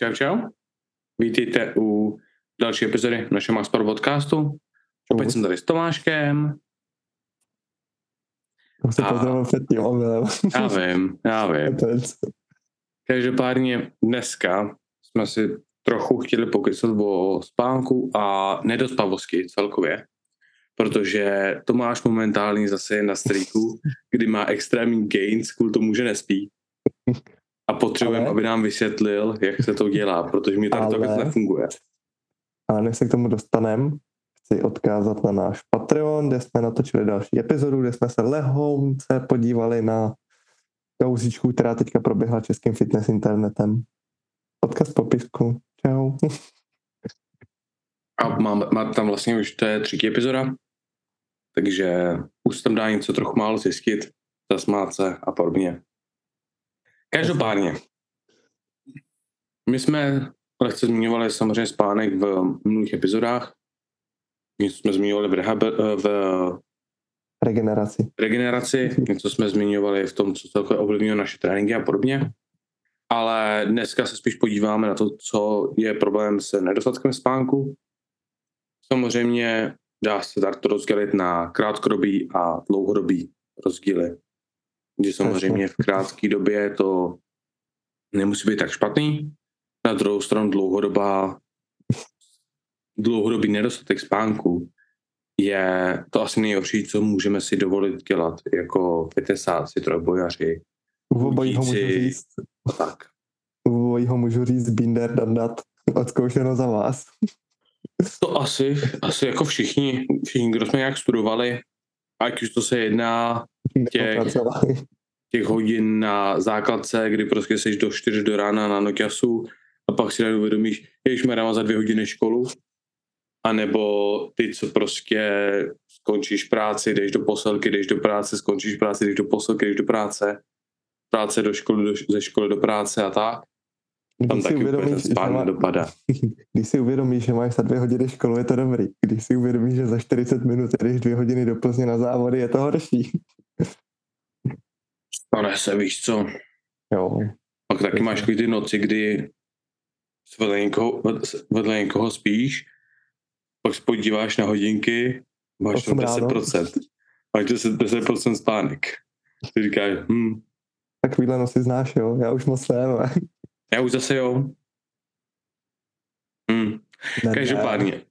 Čau. Vítejte u další epizody našeho Maxport podcastu. Opět jsem tady s Tomáškem. Už se pozdravil před tím omylem. Já vím. Každopádně dneska jsme si trochu chtěli pokecat o spánku a nedospavosti celkově, protože Tomáš momentálně zase je na streaku, kdy má extrémní gains kvůli tomu, že nespí. A potřebujeme, aby nám vysvětlil, jak se to dělá, protože mi tady to nefunguje. A než se k tomu dostaneme, chci odkázat na náš Patreon, kde jsme natočili další epizodu, kde jsme se lehonce podívali na kauzičku, která teďka proběhla českým fitness internetem. Odkaz v popisku. Čau. A má tam vlastně už to je 3. epizoda, takže už tam dá něco trochu málo zjistit, zasmát se a podobně. Každopádně, my jsme lehce zmiňovali samozřejmě spánek v minulých epizodách. Něco jsme zmiňovali v regeneraci, něco jsme zmiňovali v tom, co celkově ovlivňuje naše tréninky a podobně. Ale dneska se spíš podíváme na to, co je problém s nedostatkem spánku. Samozřejmě dá se to rozdělit na krátkodobý a dlouhodobý rozdíly. Kdy samozřejmě v krátké době to nemusí být tak špatný. Na druhou stranu dlouhodobý nedostatek spánku je to asi nejhorší, co můžeme si dovolit dělat jako fitnessáci, trojbojaři. U obojího můžu říct Binder Dandat, odzkoušeno za vás. To asi jako všichni, kdo jsme nějak studovali, ať už to se jedná těch hodin na základce, kdy prostě seš do 4 do rána na noťasu a pak si uvědomíš, ježišmarja, mám za 2 hodiny školu, anebo ty, co prostě skončíš práci, jdeš do posilky, jdeš do práce, skončíš práci, jdeš do posilky, jdeš do práce do školy, ze školy do práce a tak. Tam taky ten spánek dopadá. Když si uvědomíš, že máš za 2 hodiny školu, je to dobrý. Když si uvědomíš, že za 40 minut jdeš 2 hodiny do Plzně na závody, je to horší. Ale se víš co? Jo. Pak taky máš ty noci, kdy vedle někoho spíš, pak se podíváš na hodinky, máš tam 10%. Máš 10% spánek. Ty říkáš, Takovýhle nosy znáš, jo? Já už moc ne, ale... Já už zase jo. Každopádně.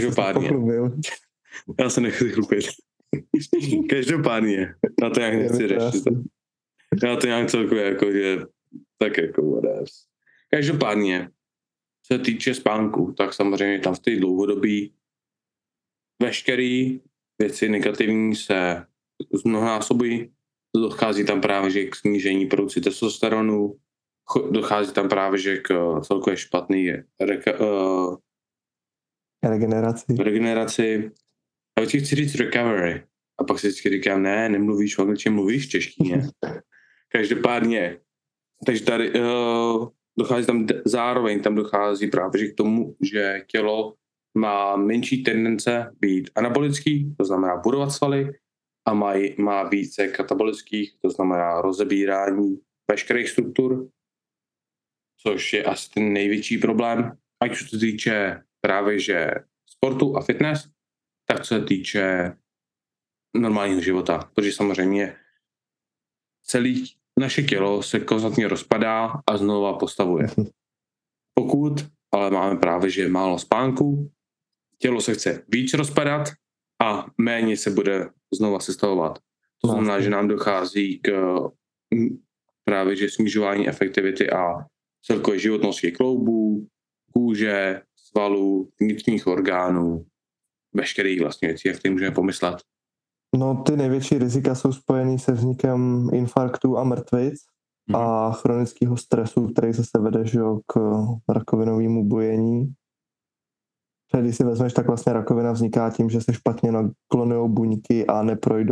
Já se nechci chlupit. Každopádně. Na to nějak nechci řešit. Já to nějak celkově jako, že tak jako whatever. Každopádně, co se týče spánku, tak samozřejmě tam v té dlouhodobí veškeré věci negativní se zmnohonásobují. Dochází tam právě že k snížení produkce testosteronu, dochází tam právě že k celkově špatný regeneraci. A vždycky chci říct recovery. A pak si vždycky říkám, nemluvíš v angličtině, mluvíš v češtině. Každopádně, takže tady dochází tam zároveň, dochází právě že k tomu, že tělo má menší tendence být anabolický, to znamená budovat svaly, a má více katabolických, to znamená rozebírání veškerých struktur, což je asi ten největší problém, ať už se týče právě že sportu a fitness, tak co se týče normálního života, protože samozřejmě celé naše tělo se konstantně rozpadá a znova postavuje. Pokud ale máme právě že málo spánku, tělo se chce víc rozpadat a méně se bude znova sestavovat. To znamená, že nám dochází k právě že snižování efektivity a celkové životnosti kloubů, kůže, svalů, vnitřních orgánů, veškerých vlastně věcí, jak ty můžeme pomyslet. No, ty největší rizika jsou spojený se vznikem infarktů a mrtvic a chronického stresu, který zase vede k rakovinovému bujení. Když si vezmeš, tak vlastně rakovina vzniká tím, že se špatně naklonujou buňky a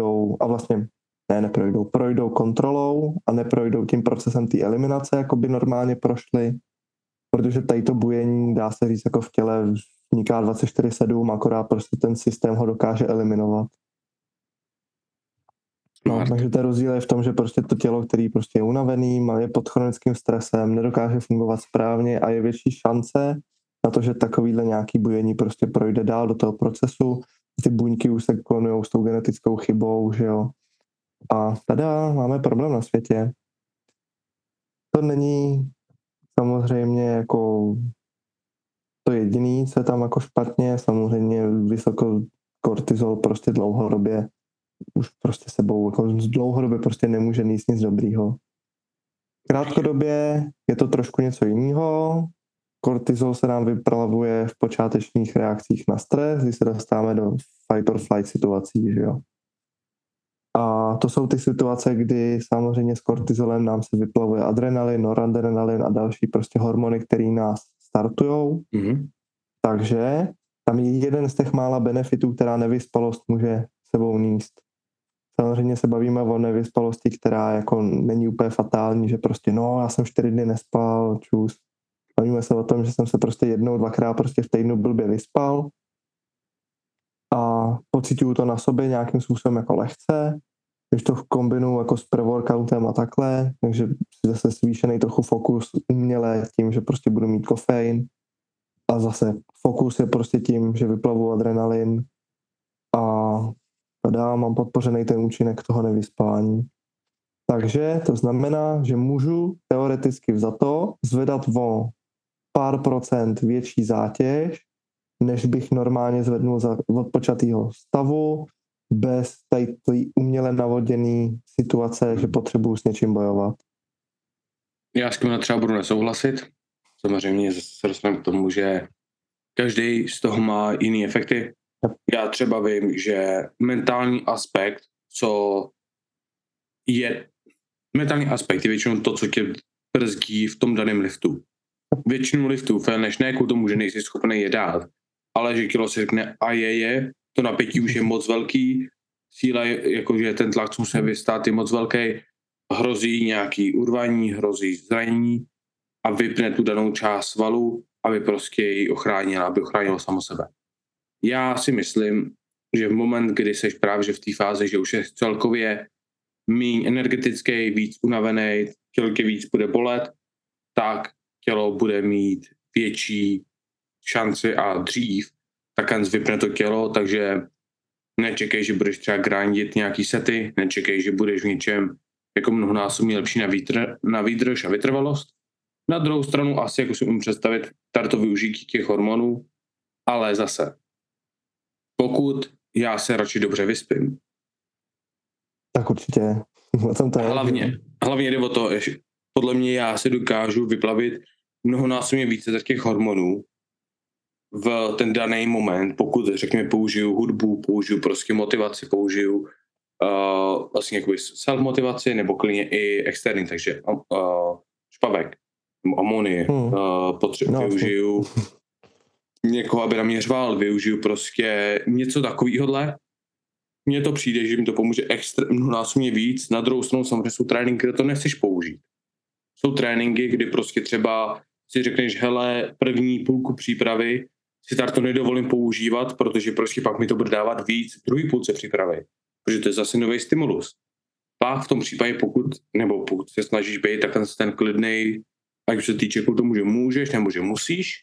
projdou kontrolou a neprojdou tím procesem té eliminace, jako by normálně prošly, protože tady to bujení, dá se říct, jako v těle vzniká 24/7, akorát prostě ten systém ho dokáže eliminovat. No, takže ten rozdíl je v tom, že prostě to tělo, který prostě je unavený, je pod chronickým stresem, nedokáže fungovat správně a je větší šance na to, že takovýhle nějaký bujení prostě projde dál do toho procesu. Ty buňky už se klonujou s tou genetickou chybou, že jo. A tada, máme problém na světě. To není samozřejmě jako to jediný, co je tam jako špatně, samozřejmě vysoko kortizol prostě dlouhodobě už prostě sebou, jako dlouhodobě prostě nemůže níst nic dobrýho. Krátkodobě je to trošku něco jiného. Kortizol se nám vyplavuje v počátečních reakcích na stres, když se dostáváme do fight or flight situací, že jo. A to jsou ty situace, kdy samozřejmě s kortizolem nám se vyplavuje adrenalin, noradrenalin a další prostě hormony, které nás startujou. Mm-hmm. Takže tam je jeden z těch mála benefitů, která nevyspalost může sebou níst. Samozřejmě se bavíme o nevyspalosti, která jako není úplně fatální, že prostě já jsem 4 dny nespal, čus. Bavíme se o tom, že jsem se prostě jednou, dvakrát prostě v týdnu blbě vyspal a pociťuju to na sobě nějakým způsobem jako lehce, když to kombinuju jako s pre-workoutem a takhle, takže zase zvýšený trochu fokus uměle tím, že prostě budu mít kofein a zase fokus je prostě tím, že vyplavu adrenalin a teda mám podpořený ten účinek toho nevyspání. Takže to znamená, že můžu teoreticky vzato zvedat o pár procent větší zátěž, než bych normálně zvednul od počatého stavu, bez té uměle navoděné situace, že potřebuju s něčím bojovat. Já s tím třeba budu nesouhlasit. Samozřejmě se dostaneme k tomu, že každý z toho má jiný efekty. Já třeba vím, že mentální aspekt je většinou to, co tě brzdí v tom daném liftu. Většinu liftů failneš ne kvůli tomu, že nejsi schopný je dát, ale že tělo si řekne a to napětí už je moc velký, síla, jakože ten tlak, co musí vystát, je moc velký, hrozí nějaký urvání, hrozí zranění a vypne tu danou část svalu, aby prostě ji ochránila, aby ochránilo samo sebe. Já si myslím, že v moment, kdy seš právě v té fázi, že už je celkově míň energetický, víc unavený, tělo tě víc bude bolet, tak tělo bude mít větší šanci a dřív, tak vypne to tělo, takže nečekej, že budeš třeba grindit nějaký sety, nečekej, že budeš v něčem jako mnohonásobně lepší na výdrž a vytrvalost. Na druhou stranu asi jako si umím představit to využití těch hormonů, ale zase, pokud já se radši dobře vyspím. Tak určitě. Hlavně jde o to, že podle mě já si dokážu vyplavit mnohonásobně více těch hormonů v ten daný moment, pokud řekněme použiju hudbu, použiju prostě motivaci, použiju vlastně jakoby self-motivaci nebo klidně i externí, takže špavek, amonie, využiju někoho, aby na mě řval, využiju prostě něco takovýhodle. Mně to přijde, že mi to pomůže mnohonásobně víc. Na druhou stranu samozřejmě jsou tréninky, kde to nechceš použít. Jsou tréninky, kdy prostě třeba si řekneš, hele, první půlku přípravy si to nedovolím používat, protože prostě pak mi to bude dávat víc v druhé půlce přípravy. Protože to je zase nový stimulus. Pak v tom případě, pokud se snažíš být, tak ten klidnej, ať se týče k tomu, že můžeš nebo že musíš,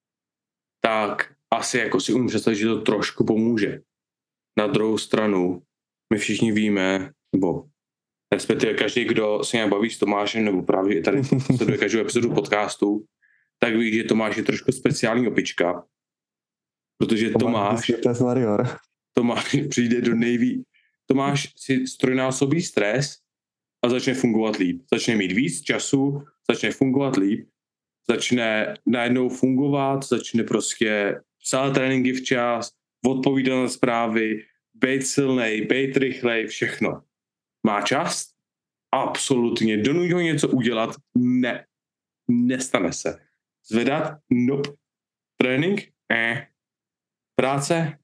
tak asi jako si umím představit, že to trošku pomůže. Na druhou stranu, my všichni víme, nebo respektive každý, kdo se nějak baví s Tomášem, nebo právě tady sleduje každou epizodu podcastu, tak ví, že Tomáš je trošku speciální opička, protože Tomáš přijde do Tomáš si strojnásobí stres a začne fungovat líp. Začne mít víc času, začne fungovat líp, začne najednou fungovat, začne prostě psát tréninky včas, odpovídat na zprávy, být silnej, být rychlej, všechno. Má čas? Absolutně. Donuť ho něco udělat? Ne. Nestane se. Zvedat? Nope. Trénink? Práce?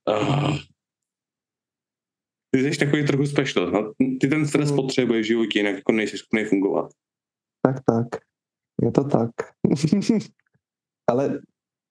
Ty jsi takový trochu special. No? Ty ten stres potřebuješ v životě, jinak jako nejsi schopný fungovat. Tak. Je to tak. Ale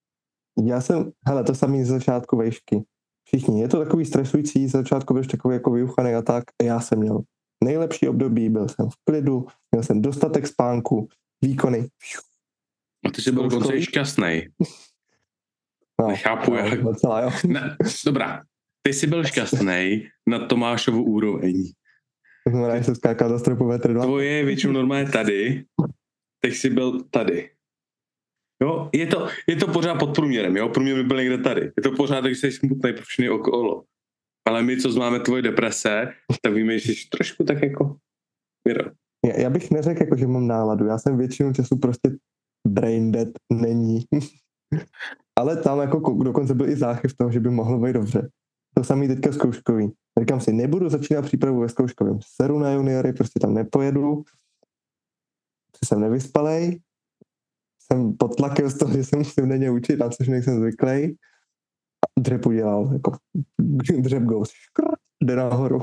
to samý z začátku vejšky. Všichni. Je to takový stresující, z začátku budeš takový jako vyuchaný a tak. Já jsem měl nejlepší období, byl jsem v klidu, měl jsem dostatek spánku, výkony. A ty jsi byl dokonce i šťastnej. No, Nechápu, jak... Docela, jo. Dobrá, ty jsi byl šťastnej na Tomášovu úroveň. To znamená, že jsem skákal do stropu metr 2. Tvoje je většinou normálně tady, teď jsi byl tady. Jo, je to pořád pod průměrem, jo, průměr by byl někde tady. Je to pořád, když jsi smutnej pro všechny okolo. Ale my, co máme tvoje deprese, tak víme, že jsi trošku tak jako... Já bych neřekl, jako, že mám náladu. Já jsem většinu času prostě brain dead není. Ale tam jako dokonce byl i záchyv toho, že by mohlo být dobře. To samý teďka zkouškový. Říkám si, nebudu začínat přípravu ve zkouškovém. Seru na juniory, prostě tam nepojedu. Jsem nevyspalej. Jsem pod tlakem z toho, že se musím denně učit, na což nejsem zvyklý. Dřep udělal, jako dřep goes. Jde nahoru.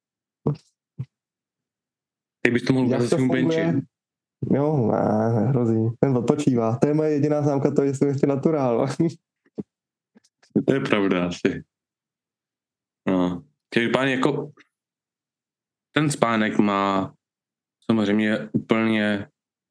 Ty bys to mohl udělat svým benči. Jo, hrozí. Ten odpočívá. To je moje jediná známka toho, že jsem ještě naturál. To je pravda asi. No. Každopádně jako ten spánek má samozřejmě úplně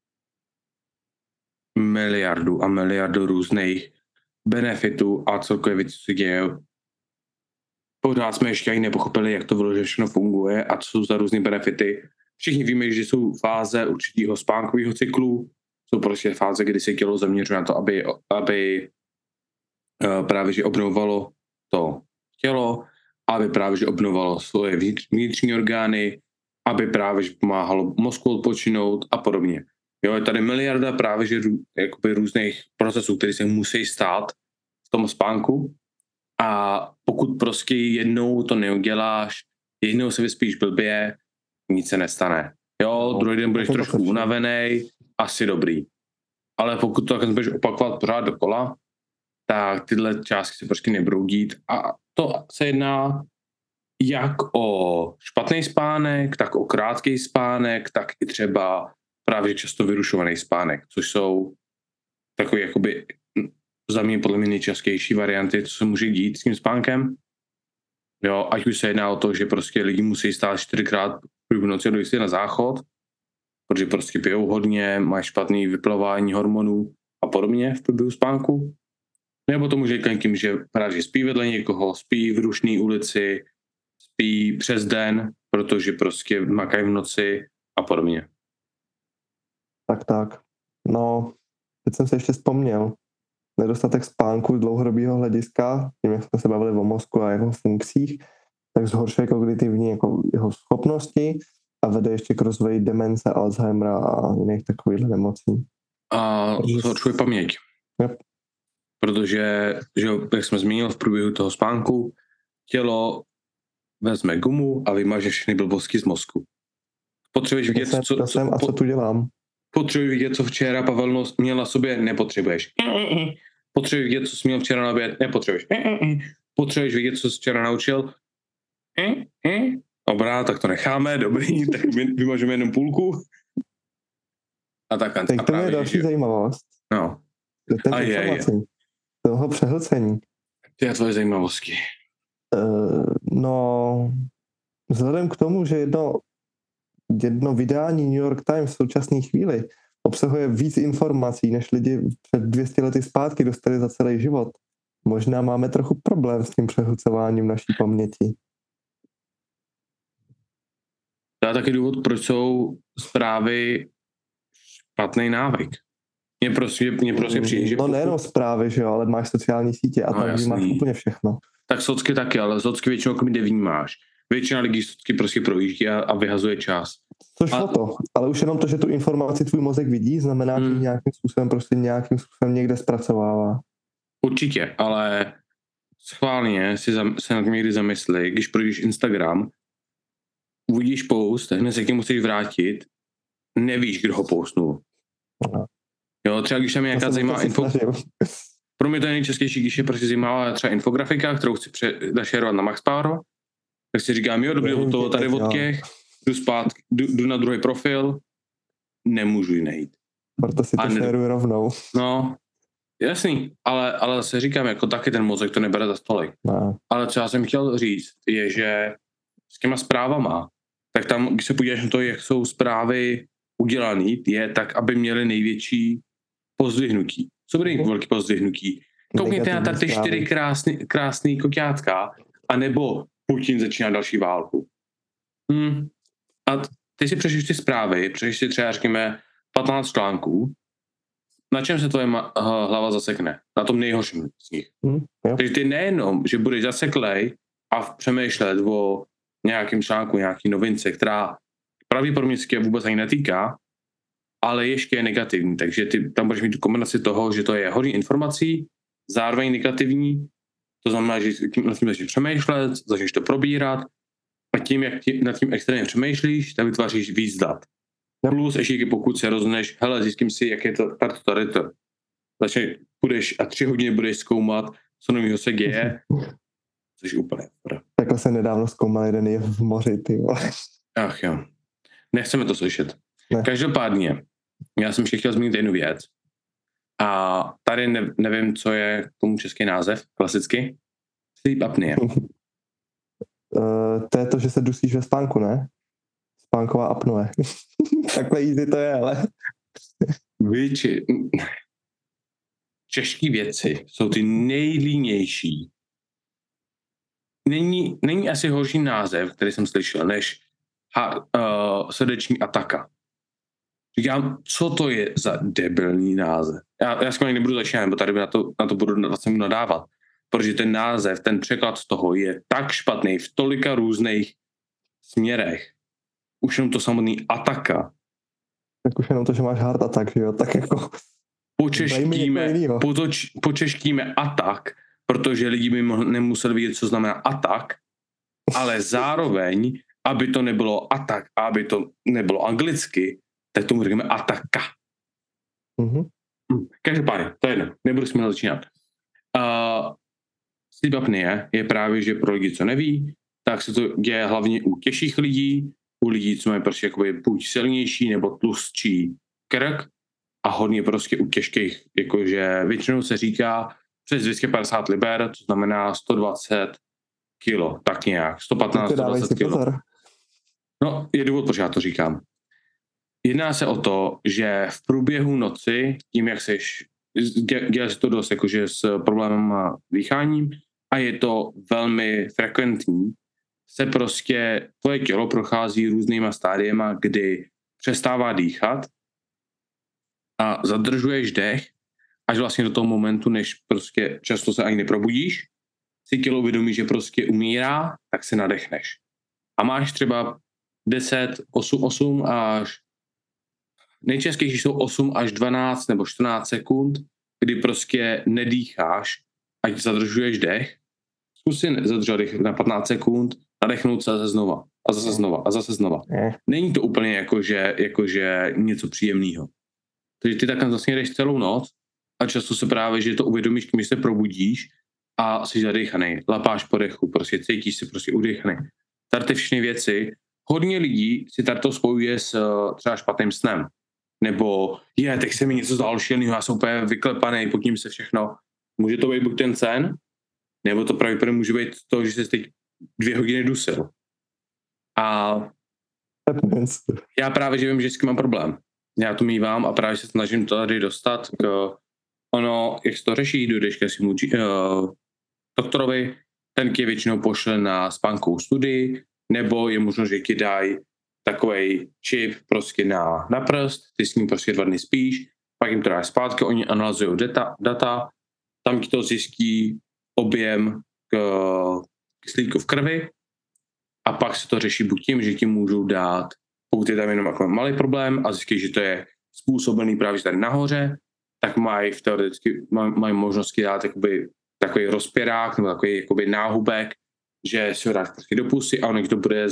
miliardu a miliardu různých benefitů a celkově věcí, co se děje. Pořád jsme ještě ani nepochopili, jak to vyloženě všechno funguje a co jsou za různé benefity. Všichni víme, že jsou fáze určitého spánkového cyklu, jsou prostě fáze, kdy se tělo zaměřuje na to, aby právě že obnovovalo to tělo, aby právě že obnovovalo svoje vnitřní orgány, aby právě že pomáhalo mozku odpočinout a podobně. Jo, je tady miliarda právě že jakoby různých procesů, které se musí stát v tom spánku a pokud prostě jednou to neuděláš, jednou se vyspíš blbě, nic se nestane. Jo, druhý den budeš trošku unavený, asi dobrý. Ale pokud to budeš opakovat pořád dokola, tak tyhle částky se prostě nebudou dít. A to se jedná jak o špatný spánek, tak o krátký spánek, tak i třeba právě často vyrušovaný spánek, což jsou takové jakoby za mě podle mě nejčastější varianty, co se může dít s tím spánkem. Jo, ať už se jedná o to, že prostě lidi musí stát 4krát v noci a dojít na záchod, protože prostě pijou hodně, mají špatný vyplavání hormonů a podobně v průběhu spánku. Nebo to může jít tím, že právě spí vedle někoho, spí v rušné ulici, spí přes den, protože prostě makají v noci a podobně. Tak. No, teď jsem se ještě vzpomněl. Nedostatek spánku z dlouhodobého hlediska, tím, jak jsme se bavili o mozku a jeho funkcích, tak zhoršuje kognitivní jako jeho schopnosti a vede ještě k rozvoji demence, Alzheimera a jiných takových nemocí. A zhoršuje paměť. Yep. Protože, že jak jsme zmínili v průběhu toho spánku, tělo vezme gumu a vymaže všechny blbosti z mozku. Potřebuješ vidět, co tu dělám. Potřebuješ vidět, co včera Pavel měl na sobě, nepotřebuješ. Potřebuješ vidět, co jsi měl včera na oběd, nepotřebuješ. Potřebuješ vidět, co jsi včera naučil. Dobrá, tak to necháme, dobrý, tak vymažeme jenom půlku. A tak. Tak to je další zajímavost. No. Ten informací. Toho přehlcení. To je tvoje zajímavosti. No, vzhledem k tomu, že jedno vydání New York Times v současné chvíli obsahuje víc informací, než lidi před 200 lety zpátky dostali za celý život. Možná máme trochu problém s tím přehlcováním naší paměti. To je taky důvod, proč jsou zprávy špatný návyk. Mně prostě přijde, že... No nejenom zprávy, že jo, ale máš sociální sítě a tam máš úplně všechno. Tak socky taky, ale socky většinou jako nevnímáš. Většina lidí socky prostě projíždí a vyhazuje čas. Což o to, ale už jenom to, že tu informaci tvůj mozek vidí, znamená, že nějakým způsobem někde zpracovává. Určitě, ale schválně se nad tím někdy zamysli, když projdeš Instagram, uvidíš post, hned se k němu musíš vrátit, nevíš, kdo ho postnul. Jo, třeba když tam je nějaká zajímavá pro mě to je nejčastější, když je prostě zajímavá třeba infografika, kterou chci našerovat na MaxPower, tak si říkám, jo, dobrý, to tady od těch, jdu na druhý profil, nemůžu ji najít. Proto si to šeruji rovnou. No, jasný, ale se říkám, jako taky ten mozek to nebere za stolik. No. Ale co já jsem chtěl říct, je, že s těma zprávama tak tam, když se podíváš na to, jak jsou zprávy udělaný, je tak, aby měly největší pozdvihnutí. Co bude velký pozdvihnutí? Koukněte na ty 4 krásný koťátka, anebo Putin začíná další válku. A ty si přečteš ty zprávy, přečteš si třeba, řekněme, 15 článků, na čem se tvoje hlava zasekne? Na tom nejhorším z nich. Takže ty nejenom, že budeš zaseklej a přemýšlet o nějakém článku, nějaký novince, která pravděpodobně se vůbec ani netýká, ale ještě je negativní. Takže ty tam budeš mít tu kombinaci toho, že to je hodně informací, zároveň negativní, to znamená, že nad tím začneš přemýšlet, začneš to probírat a tím, jak nad tím extrémně přemýšlíš, tak vytváříš víc dat. Plus ještě pokud se rozhodneš, hele, zjistím si, jak je to tady to. Začneš, budeš a 3 hodiny budeš zkoumat, co nového se děje, což úplně. Takhle se nedávno zkoumal jeden je v moři, ty vole. Ach jo, nechceme to slyšet. Ne. Každopádně, já jsem ještě chtěl zmínit jednu věc. A tady nevím, co je k tomu český název, klasicky. Sleep apnea. To je to, že se dusíš ve spánku, ne? Spánková apnoe. Takhle easy to je, ale... Čeští věci jsou ty nejlínější. Není asi horší název, který jsem slyšel, než srdeční ataka. Říkám, co to je za debilní název. Já s nebudu začínat, nebo tady na to budu nadávat, protože ten název, ten překlad z toho je tak špatný v tolika různých směrech. Už jenom to samotný ataka. Tak už jenom to, že máš heart attack, jo, tak jako... Počeštíme atak, protože lidi by nemuseli vědět, co znamená atak, ale zároveň, aby to nebylo atak a aby to nebylo anglicky, tak tomu říkáme ataka. Každopádně, to je jedno, nebudu s tím začínat. Sleep apnea je právě, že pro lidi, co neví, tak se to děje hlavně u těžších lidí, u lidí, co mají prostě jakoby buď silnější nebo tlustší krk a hodně prostě u těžkých, jakože většinou se říká přes 250 liber, to znamená 120 kilo, tak nějak, 115, 120 kilo. No, je důvod, proč já to říkám. Jedná se o to, že v průběhu noci, tím, jak dělá se to dost jakože s problémem dýcháním a je to velmi frekventní, se prostě tvoje tělo prochází různýma stádiema, kdy přestává dýchat a zadržuješ dech až vlastně do toho momentu, než prostě často se ani neprobudíš, si tělo uvědomí, že prostě umírá, tak se nadechneš. A máš třeba 8 až nejčastější jsou 8 až 12 nebo 14 sekund, kdy prostě nedýcháš, ať zadržuješ dech. Zkus si zadržet dech na 15 sekund, nadechnout se zase znova a zase znova a zase znova. Není to úplně jakože něco příjemného. Takže ty takhle vlastně jdeš celou noc a často se právě, že to uvědomíš, když se probudíš a jsi zadechaný, lapáš po dechu, prostě cítíš se prostě udechaný. Tady ty všechny věci, hodně lidí si tady to spojuje s třeba špatným snem. Nebo teď se mi něco zdálo šílenýho, já jsem úplně vyklepaný, pod ním se všechno. Může to být buď ten sen, nebo to pravděpodobně může být to, že se teď 2 hodiny dusil. A já právě, že vím, že s tím mám problém. Já to mívám a právě se snažím to tady dostat k jak se to řeší, dojdeš ke svému doktorovi, ten tě většinou pošle na spánkovou studii, nebo je možno, že ti dají takovej čip prostě na prst, ty s ním prostě 2 dny spíš, pak jim to dáš zpátky, oni analyzují data, tam ti to zjistí objem kyslíku v krvi a pak se to řeší buď tím, že ti můžou dát, pokud je tam jenom jako malý problém a zjistí, že to je způsobený právě tady nahoře, tak mají teoreticky možnosti dát takový rozpěrák nebo takový jakoby náhubek, že si ho dáš prostě do pusy a on to bude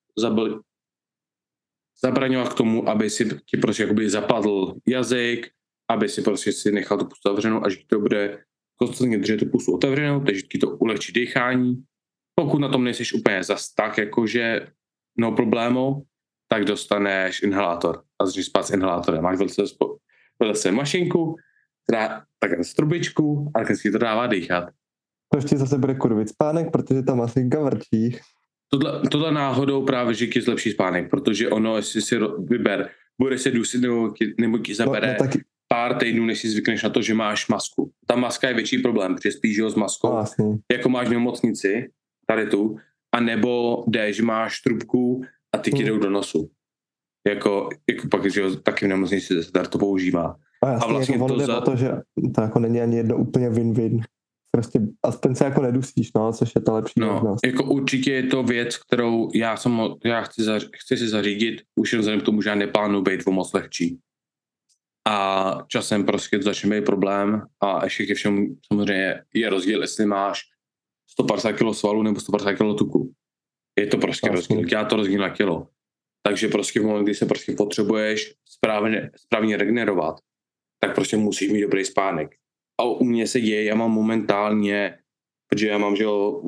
zabraňovat k tomu, aby si ti prostě jakoby zapadl jazyk, aby si prostě si nechal tu pusu otevřenou a že ti to bude konstantně držet tu pusu otevřenou, takže ti to ulehčí dýchání. Pokud na tom nejsiš úplně zas tak, jakože no problémů, tak dostaneš inhalátor a začneš spát s inhalátorem. Máš vedle se mašinku, která takhle z trubičku a tak si to dává dýchat. To ještě zase bude kurvit spánek, protože ta masinka vrčí. Tohle náhodou právě, že ti zlepší spánek, protože ono, jestli si bude se dusit nebo ti zabere pár týdnů, než si zvykneš na to, že máš masku. Ta maska je větší problém, protože spíš s maskou, jako máš v nemocnici, tady tu, a nebo že máš trubku a ty ti jdou do nosu. Jako pak, že taky v nemocnici se to používá. A vlastně jako to, že to jako není ani jedno úplně win-win. Prostě aspoň se jako nedusíš, no, což je ta lepší možnost. Jako určitě je to věc, kterou já chci si zařídit, už jen vzhledem k tomu, že já neplánuji být moc lehčí. A časem prostě to začne být problém a ještě ke všemu samozřejmě je rozdíl, jestli máš 150 kg svalu nebo 150 kg tuku. Je to prostě rozdíl, já to rozdíl na kilo. Takže prostě v momentu, kdy se prostě potřebuješ správně regenerovat, tak prostě musíš mít dobrý spánek. A u mě se děje, já mám momentálně, protože já mám, že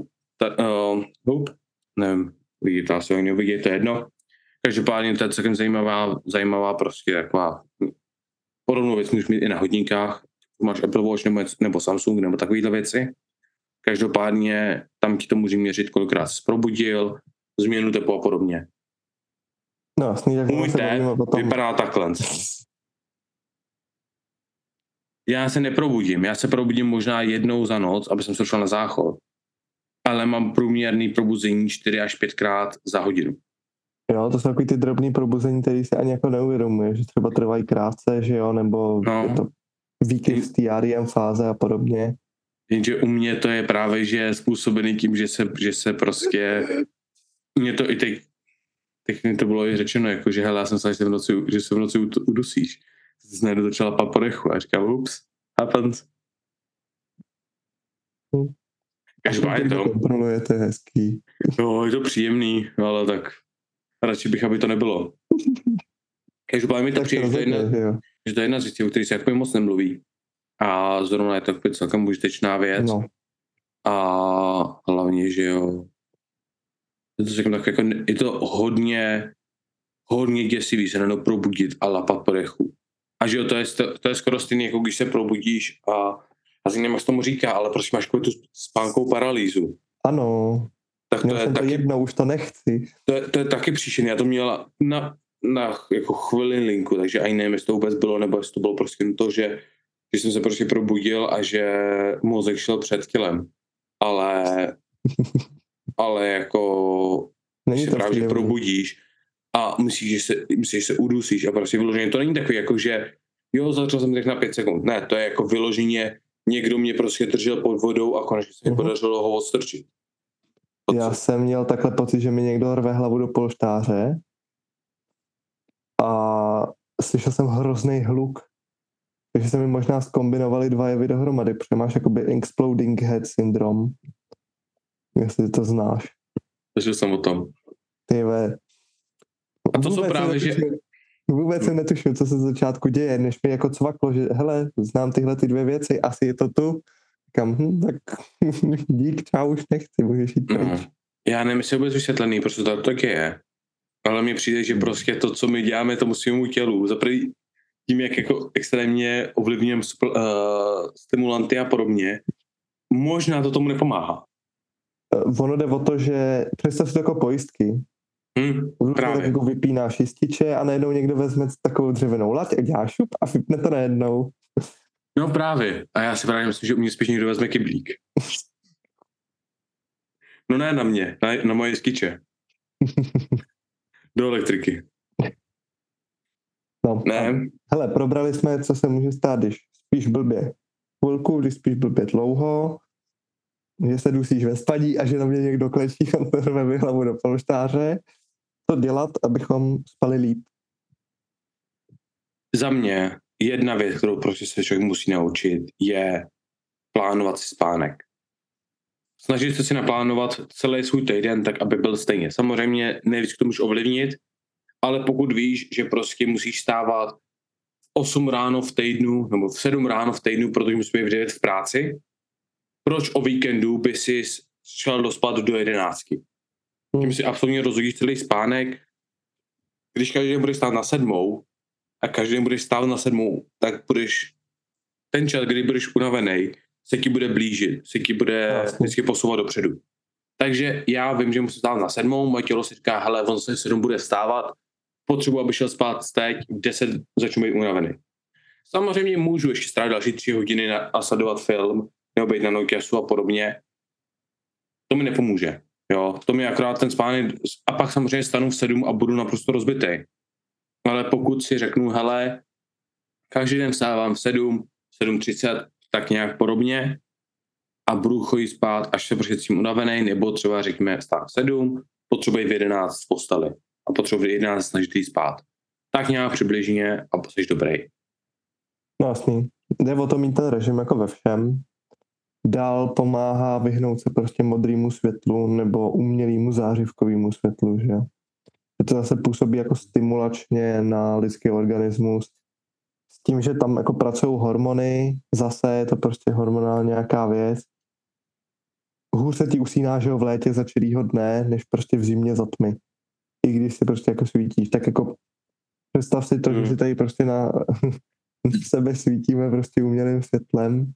nevím, vidíte, asi ho nevidíte, to je jedno. Každopádně to je celkem zajímavá prostě taková podobnou věc můžeš mít i na hodníkách, máš Apple Watch nebo Samsung nebo takovýhle věci. Každopádně tam ti to může měřit, kolikrát jsi probudil, změnu tepla a podobně. No, jasný, tak můj potom vypadá takhle. Já se neprobudím, já se probudím možná jednou za noc, aby jsem se šel na záchod, ale mám průměrný probuzení 4 až 5krát za hodinu. Jo, to jsou takový ty drobný probuzení, který si ani jako neuvědomuje, že třeba trvají krátce, že jo, nebo je to výkyv z té REM fáze a podobně. Jenže u mě to je právě, že je způsobený tím, že se prostě, mě to i teď mi to bylo i řečeno, jako, že hele, já jsem se že se v noci udusíš. Jsi najednou začala pat po dechu a říkám, ups, happens. Každopádně to. To je hezký. No, je to příjemný, ale tak radši bych, aby to nebylo. Každopádně mi to přijde, že to je jedna z věcí, o kterých se jako moc nemluví. A zrovna je to celkem užitečná věc. No. A hlavně, že jo, je to hodně děsivý se najednou probudit a lapat po dechu. A že jo, to je skoro stejný, jako když se probudíš a asi nevím, jak se tomu říká, ale prostě máš tu spánkovou paralýzu. Ano, tak to je taky, jedno, už to nechci. To je taky příšerný, já to měla na jako chvilinku, takže ani nevím, jestli to vůbec bylo, nebo jestli to bylo prostě to, že jsem se prostě probudil a že mozek šel před kilem. Ale jako si právě probudíš a myslíš, že se udusíš a prostě vyloženě to není takový jako, že jo, začal jsem tak na 5 sekund. Ne, to je jako vyloženě někdo mě prostě držel pod vodou a konečně se mi podařilo ho odstrčit. Já jsem měl takhle pocit, že mi někdo rve hlavu do polštáře a slyšel jsem hrozný hluk. Takže se mi možná zkombinovali dva jevy dohromady, protože máš jakoby exploding head syndrom. Jestli to znáš. Takže jsem o tom. Tyve. A to jsou právě, že... Vůbec jsem netušil, co se z začátku děje, než mi jako cvaklo, že hele, znám tyhle ty 2 věci, asi je to tu. Říkám, tak dík, čau, už nechci, můžeš jít pryč. Já nevím, jestli vůbec vysvětlený, protože to taky je. Ale mně přijde, že prostě to, co my děláme tomu svému tělu, za první tím, jak jako extrémně ovlivňujeme stimulanty a podobně, možná to tomu nepomáhá. Ono jde o to, že představ si to jako pojistky. Právě. Tak jako vypínáš jističe a najednou někdo vezme takovou dřevěnou lať a dělá šup a vypne to najednou. No právě. A já si právě myslím, že u mě spíš někdo vezme kyblík. No ne na mě, na moje jističe. Do elektriky. No, ne. Hele, probrali jsme, co se může stát, když spíš blbě chvilku, když spíš blbě dlouho, že se dusíš ve spaní a že na mě někdo klečí a rve mi hlavu do polštáře. Co dělat, abychom spali líp? Za mě jedna věc, kterou prostě se člověk musí naučit, je plánovat si spánek. Snažit se si naplánovat celý svůj týden tak, aby byl stejně. Samozřejmě nejvíc to můžeš ovlivnit, ale pokud víš, že prostě musíš stávat v 8 ráno v týdnu nebo v 7 ráno v týdnu, protože musíš být v 9 v práci, proč o víkendu by si šel dospat do 11? Tím si absolutně rozhodíš celý spánek. Když každý den budeš stát na 7 a každý den budeš stávat na 7, tak budeš ten čas, kdy budeš unavený, se ti bude blížit, se ti bude vždycky posouvat dopředu. Takže já vím, že musím stát na 7, moje tělo si říká, hele, on se 7 bude vstávat, potřebuji, aby šel spát teď, v 10 začnu být unavený. Samozřejmě můžu ještě strávit další 3 hodiny a sledovat film, nebo být na Nokiasu a podobně. To mi nepomůže. Jo, to mi akorát ten spánek, a pak samozřejmě stanu v 7 a budu naprosto rozbitej. Ale pokud si řeknu, hele, každý den vstávám v 7, 7:30, tak nějak podobně a budu chodit spát, až se prostě cítím unavený, nebo třeba řekněme vstát v 7, potřebuji v 11 v posteli a potřebuji v 11 snažit jít spát. Tak nějak přibližně a jsi dobrý. No jasný. Jde o to mít ten režim jako ve všem. Dál pomáhá vyhnout se prostě modrému světlu nebo umělému zářivkovému světlu, že? To zase působí jako stimulačně na lidský organismus. S tím, že tam jako pracují hormony, zase je to prostě hormonální nějaká věc. Hůř se ti usíná, že v létě za čirýho dne, než prostě v zimě za tmy. I když si prostě jako svítíš, tak jako představ si to, že si tady prostě na sebe svítíme prostě umělým světlem,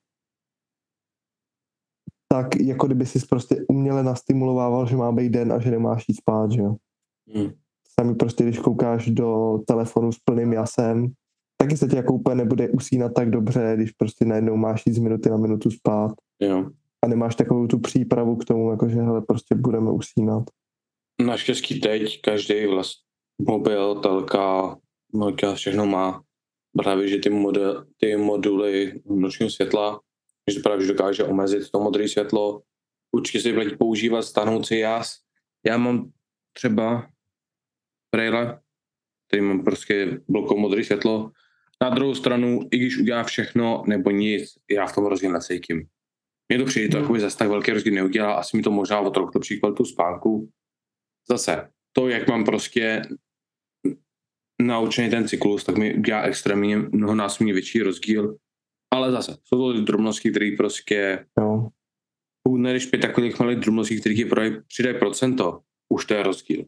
tak jako kdyby si prostě uměle nastimulovával, že má být den a že nemáš jít spát, že jo. Sami prostě, když koukáš do telefonu s plným jasem, taky se ti jako úplně nebude usínat tak dobře, když prostě najednou máš jít z minuty na minutu spát. Jo. A nemáš takovou tu přípravu k tomu, jakože hele, prostě budeme usínat. Naštěstí teď každý vlastně mobil, telka, Nokia všechno má právě, že ty moduly nočního světla, že právě dokáže omezit to modré světlo. Určitě si platí používat stanoucí jas. Já mám třeba brejle, který mám prostě blokou modré světlo. Na druhou stranu, i když udělá všechno nebo nic, já v tom rozdíl necítím. Mně to přijde, to jakoby zase tak velký rozdíl neudělá, asi mi to možná o trochu lepší kvalitu spánku. Zase, to, jak mám prostě naučený ten cyklus, tak mi udělá extrémně mnohonásobně větší rozdíl. Ale zase, jsou to drobnosti, které prostě než 5 takových malých drobností, kterých je přidají procento, už to je rozdíl.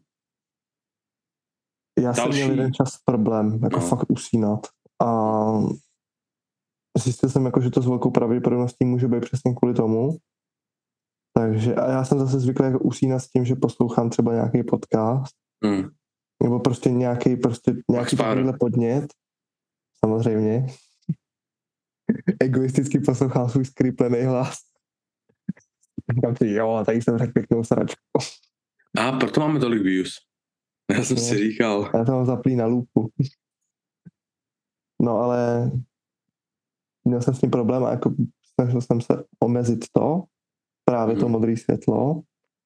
Já jsem měl jeden čas problém, jako fakt usínat. A zjistil jsem, jako, že to s velkou pravděpodobností může být přesně kvůli tomu. Takže a já jsem zase zvyklý jako usínat s tím, že poslouchám třeba nějaký podcast, nebo prostě nějaký takovýhle podnět. Samozřejmě. Egoisticky poslouchám svůj skrýplený hlas. Říkám si, jo, tady jsem řekl pěknou sračku. A proto máme tolik views. Já jsem si říkal. Já to mám zaplý na lůpu. No ale měl jsem s tím problém a jako snažil jsem se omezit to, právě to modré světlo.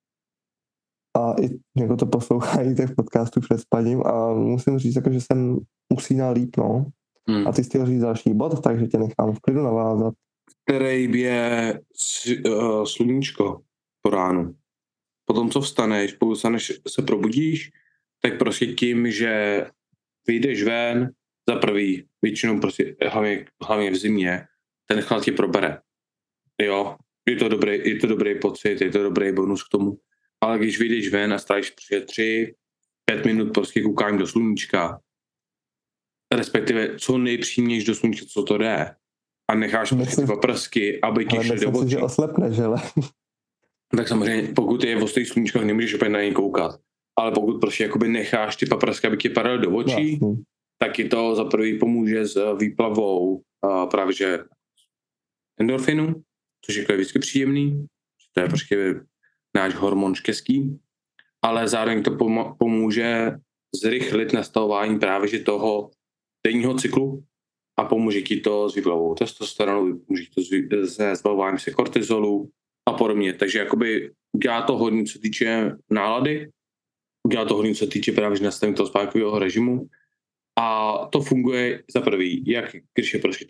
A i jako to poslouchají těch podcastů před spaním a musím říct, jako, že jsem usínal líp, no. A ty jsi chtěl říct další bod, takže tě nechám v klidu navázat. Který je sluníčko po ránu. Potom, co vstaneš, pokud se probudíš, tak prostě tím, že vyjdeš ven, za prvý, většinou prostě, hlavně v zimě, ten chlad tě probere. Jo, je to dobrý pocit, je to dobrý bonus k tomu. Ale když vyjdeš ven a strávíš 3-5 minut prostě koukání do sluníčka, respektive co nejpřímnějš do sluníčka, co to jde, a necháš prostě ty paprsky, aby ti šli do očí. že oslepneš, hele. Tak samozřejmě, pokud je v ostrých sluníčkách, nemůžeš opět na něj koukat. Ale pokud prostě jakoby necháš ty paprsky, aby ti padaly do očí, tak ti to za prvý pomůže s výplavou právě že endorfinu, což je vždycky příjemný. To je prostě náš hormon štěstí. Ale zároveň to pomůže zrychlit nastavování právě že toho denního cyklu a pomůže ti to s výplavou testosteronu, pomůže ti to se zbavováním se kortizolu a podobně. Takže jakoby dělá to hodně, co se týče nálady, dělá to hodně, co se týče právě nastavení toho spánkového režimu. A to funguje za prvý, jak když je prostě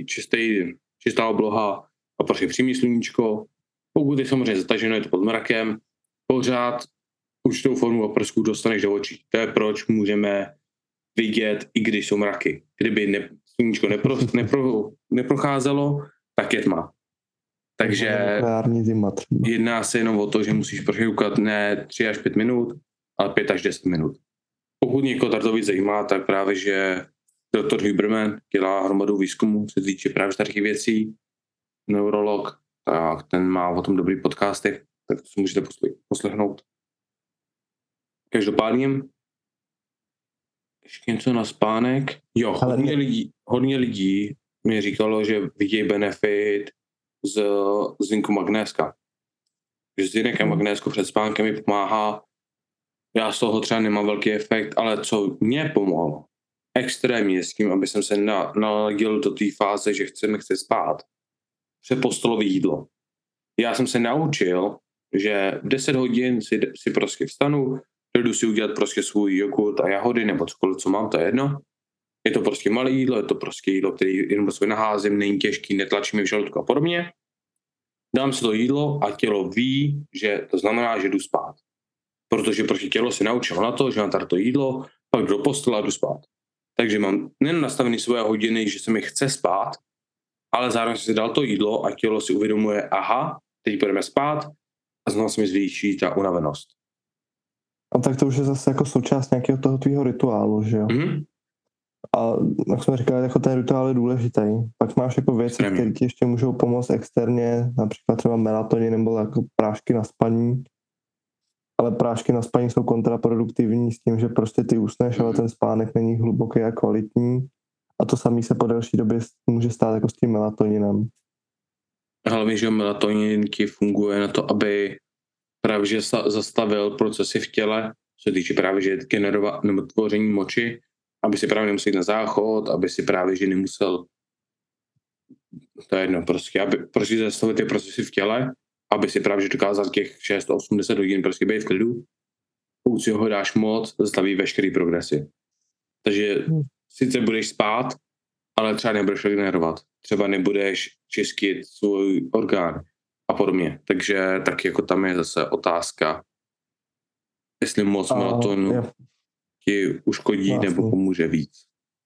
čistá obloha a prostě přímý sluníčko. Pokud je samozřejmě zataženo, je to pod mrakem, pořád určitou formu oprsků dostaneš do očí. To je proč můžeme vidět, i když jsou mraky. Kdyby sluníčko neprocházelo, tak je tma. Takže jedná se jenom o to, že musíš prostě koukat ne 3 až 5 minut, ale 5 až 10 minut. Pokud někoho to víc zajímá, tak právě, že Dr. Huberman dělá hromadu výzkumu, se týče právě starých věcí, neurolog, tak ten má o tom dobrý podcasty. tak to si můžete poslechnout. Každopádně ještě něco na spánek. Jo, hodně lidí mě říkalo, že vidějí benefit z zinku magnéska. Že zinek a magnésko před spánkem mi pomáhá. Já z toho třeba nemám velký efekt, ale co mě pomohlo extrémně s tím, aby jsem se naladil do té fáze, že chci spát, předpostelový jídlo. Já jsem se naučil, že v 10 hodin si prostě vstanu, jdu si udělat prostě svůj jogurt a jahody, nebo cokoliv, co mám, to je jedno. Je to prostě malé jídlo, je to prostě jídlo, který jenom svůj naházím, není těžký, netlačí mi v žaludku a podobně. Dám si to jídlo a tělo ví, že to znamená, že jdu spát. Protože prostě tělo se naučilo na to, že mám tady to jídlo, pak jdu do postele a jdu spát. Takže mám nejen nastavený svoje hodiny, že se mi chce spát, ale zároveň si dal to jídlo a tělo si uvědomuje, aha, teď budeme spát a znovu se mi zvýší ta unavenost. A tak to už je zase jako součást nějakého toho tvýho rituálu, že jo? Mm-hmm. A jak jsme říkali, jako ten rituál je důležitý. Pak máš jako věci, které ti ještě můžou pomoct externě, například třeba melatonin nebo jako prášky na spaní. Ale prášky na spaní jsou kontraproduktivní s tím, že prostě ty usneš, ale ten spánek není hluboký a kvalitní. A to samý se po delší době může stát jako s tím melatoninem. Hlavně, že melatonin ti funguje na to, aby právě že zastavil procesy v těle, co se týče právě že generovat nebo tvoření moči, aby si právě nemusel jít na záchod, aby si právě že nemusel, to je jedno, prostě, aby prostě zastavit ty procesy v těle, aby si právě že dokázal těch 6-80 hodin prostě být v klidu. Pokud si ho dáš moc, zastaví veškerý progresy. Takže sice budeš spát, ale třeba nebudeš regenerovat. Třeba nebudeš čistit svůj orgán a podobně. Takže tak jako tam je zase otázka, jestli moc melatoninu ti uškodí nebo pomůže víc.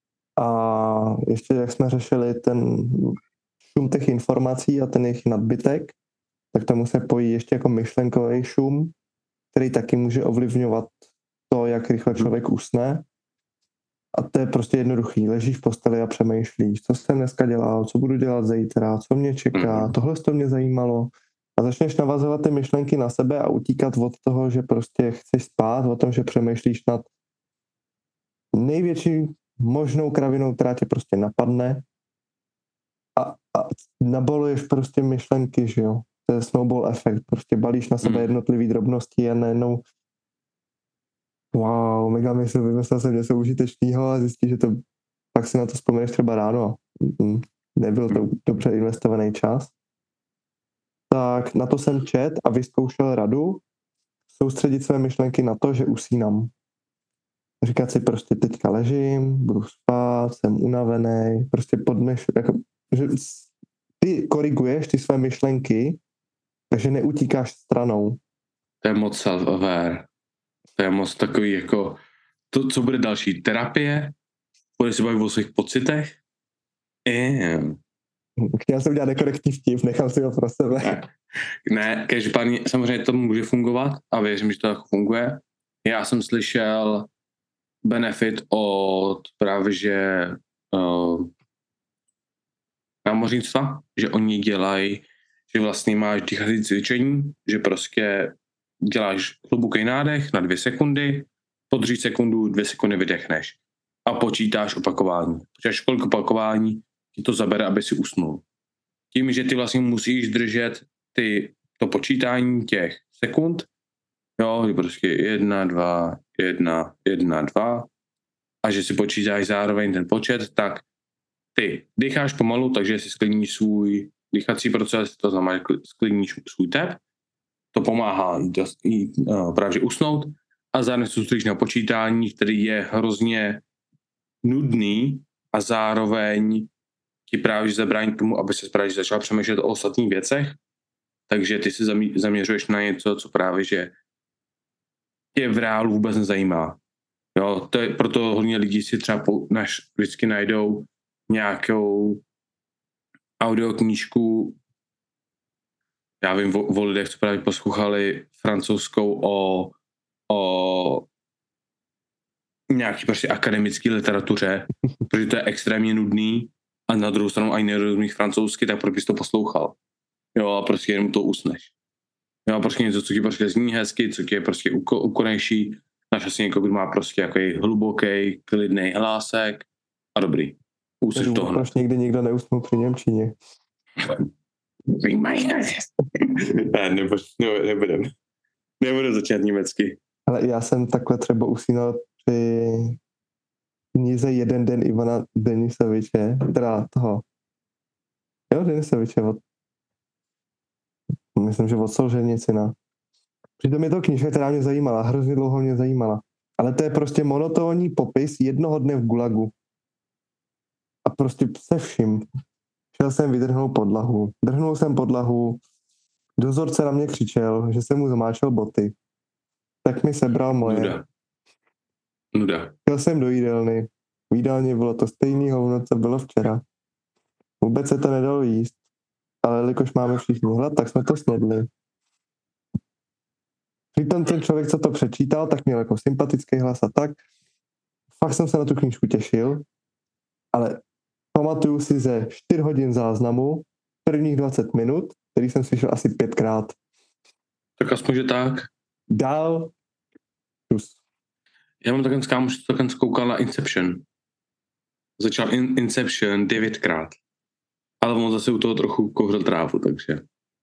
A ještě jak jsme řešili ten šum těch informací a ten jejich nadbytek, tak tomu se pojí ještě jako myšlenkový šum, který taky může ovlivňovat to, jak rychle člověk usne. A to je prostě jednoduchý. Ležíš v posteli a přemýšlíš, co jsem dneska dělal, co budu dělat zítra, co mě čeká, tohle to mě zajímalo. A začneš navazovat ty myšlenky na sebe a utíkat od toho, že prostě chceš spát, o tom, že přemýšlíš nad největší možnou kravinou, která tě prostě napadne a naboluješ prostě myšlenky, že jo. To je snowball efekt, prostě balíš na sebe jednotlivý drobnosti a najednou wow, mega mysl, vymyslel jsem něco užitečného a zjistíš, že to pak si na to vzpomeneš třeba ráno. Nebyl to dobře investovaný čas. Tak na to jsem čet a vyzkoušel radu soustředit své myšlenky na to, že usínám. Říkat si prostě teďka ležím, budu spát, jsem unavený, prostě jako, že ty koriguješ ty své myšlenky, takže neutíkáš stranou. To je moc self-aware. To je moc takový jako, to, co bude další terapie, bude si bavit o svých pocitech. Chtěl jsem udělat nekorektní vtip, nechám si ho pro sebe. Ne, každopádně samozřejmě to může fungovat a věřím, že to tak funguje. Já jsem slyšel benefit od právě, že námořnictva, že oni dělají, že vlastně máš dýchací cvičení, že prostě děláš hluboký nádech na 2 sekundy, po 3 sekundu 2 sekundy vydechneš a počítáš opakování. Počítáš kolik opakování ti to zabere, aby si usnul. Tím, že ty vlastně musíš držet to počítání těch sekund, jo, prostě 1, 2, 1, 1, 2 a že si počítáš zároveň ten počet, tak ty dýcháš pomalu, takže si sklidníš svůj dýchací proces, to znamená, že sklidníš svůj tep, to pomáhá jít právě usnout a zároveň se soustředíš na počítání, který je hrozně nudný a zároveň ti právě zabrání tomu, aby se právě začal přemýšlet o ostatních věcech, takže ty se zaměřuješ na něco, co právě že tě v reálu vůbec nezajímá. Jo, to je, proto hodně lidí si třeba vždycky najdou nějakou audioknížku, já vím o lidech, co právě poslouchali francouzskou o nějaký prostě akademický literatuře, protože to je extrémně nudný a na druhou stranu ani nerozumíš francouzsky, tak proč bys to poslouchal? Jo, a prostě jenom to usneš. Jo, prostě něco, co ti prostě zní hezky, co ti je prostě ukonejší. Našel si někoho, kdo má prostě jaký hluboký, klidný hlásek a dobrý. Uslyš to hned. Proč nikdy nikdo neusnul při němčině? Nebudem. Nebudu začínat německy. Ale já jsem takhle třeba usínal při knize Jeden den Ivana Denisoviče, teda toho. Jo, Denisoviče, myslím, že od Solženicina. Přitom je to knižka, která mě zajímala, hrozně dlouho mě zajímala. Ale to je prostě monotónní popis jednoho dne v gulagu. A prostě se vším. Šel jsem vydrhnout podlahu. Drhnul jsem podlahu, dozorce na mě křičel, že jsem mu zamáčel boty. Tak mi sebral moje. Nuda. Šel jsem do jídelny. V jídelně bylo to stejný hovno, co bylo včera. Vůbec se to nedalo jíst. Ale jelikož máme všichni hlad, tak jsme to snědli. Přitom ten člověk, co to přečítal, tak měl jako sympatický hlas a tak. Fakt jsem se na tu knížku těšil, ale pamatuju si ze 4 hodin záznamu prvních 20 minut, který jsem slyšel asi 5krát. Tak aspoň, že tak. Dál. Já mám takový kámoš, co takhle koukal na Inception. Začal Inception 9krát. Ale on zase u toho trochu kouřil trávu, takže.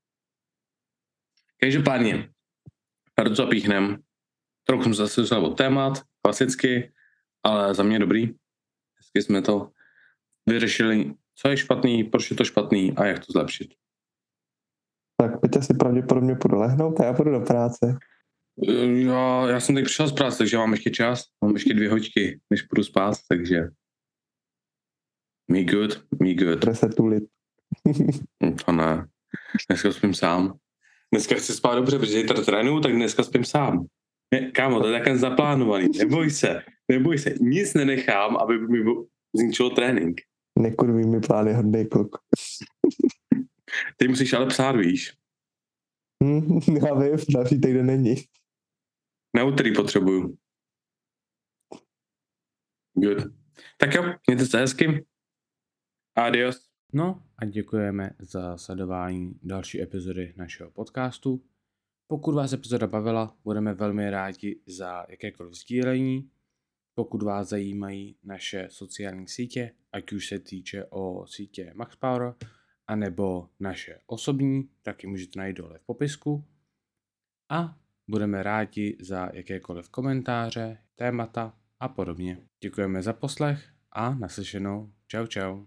Každopádně, na to zapíchnem. Trochu jsem zase dostal od témat, klasicky, ale za mě dobrý. Hezky jsme to vyřešili, co je špatný, proč je to špatný a jak to zlepšit. Tak Peťa si pravděpodobně půjdu lehnout a já půjdu do práce. Já jsem teď přišel z práce, takže mám ještě čas. Mám ještě 2 hoďky, než půjdu spát, takže me good. Resetulit. To ne. Dneska spím sám. Dneska chci spát dobře, protože zítra trénuju, tak dneska spím sám. Kámo, to je takhle zaplánovaný. Neboj se. Nic nenechám, aby mi zničilo trénink. Nekurví mi plány, hodnej kluk. Ty musíš ale psát, víš. Já vím, další týden není. Na úterý potřebuju. Good. Tak jo, mějte se hezky. Adios. No a děkujeme za sledování další epizody našeho podcastu. Pokud vás epizoda bavila, budeme velmi rádi za jakékoliv sdílení. Pokud vás zajímají naše sociální sítě, ať už se týče o sítě MaxPower, anebo naše osobní, tak ji můžete najít dole v popisku. A budeme rádi za jakékoliv komentáře, témata a podobně. Děkujeme za poslech a naslyšenou. Čau.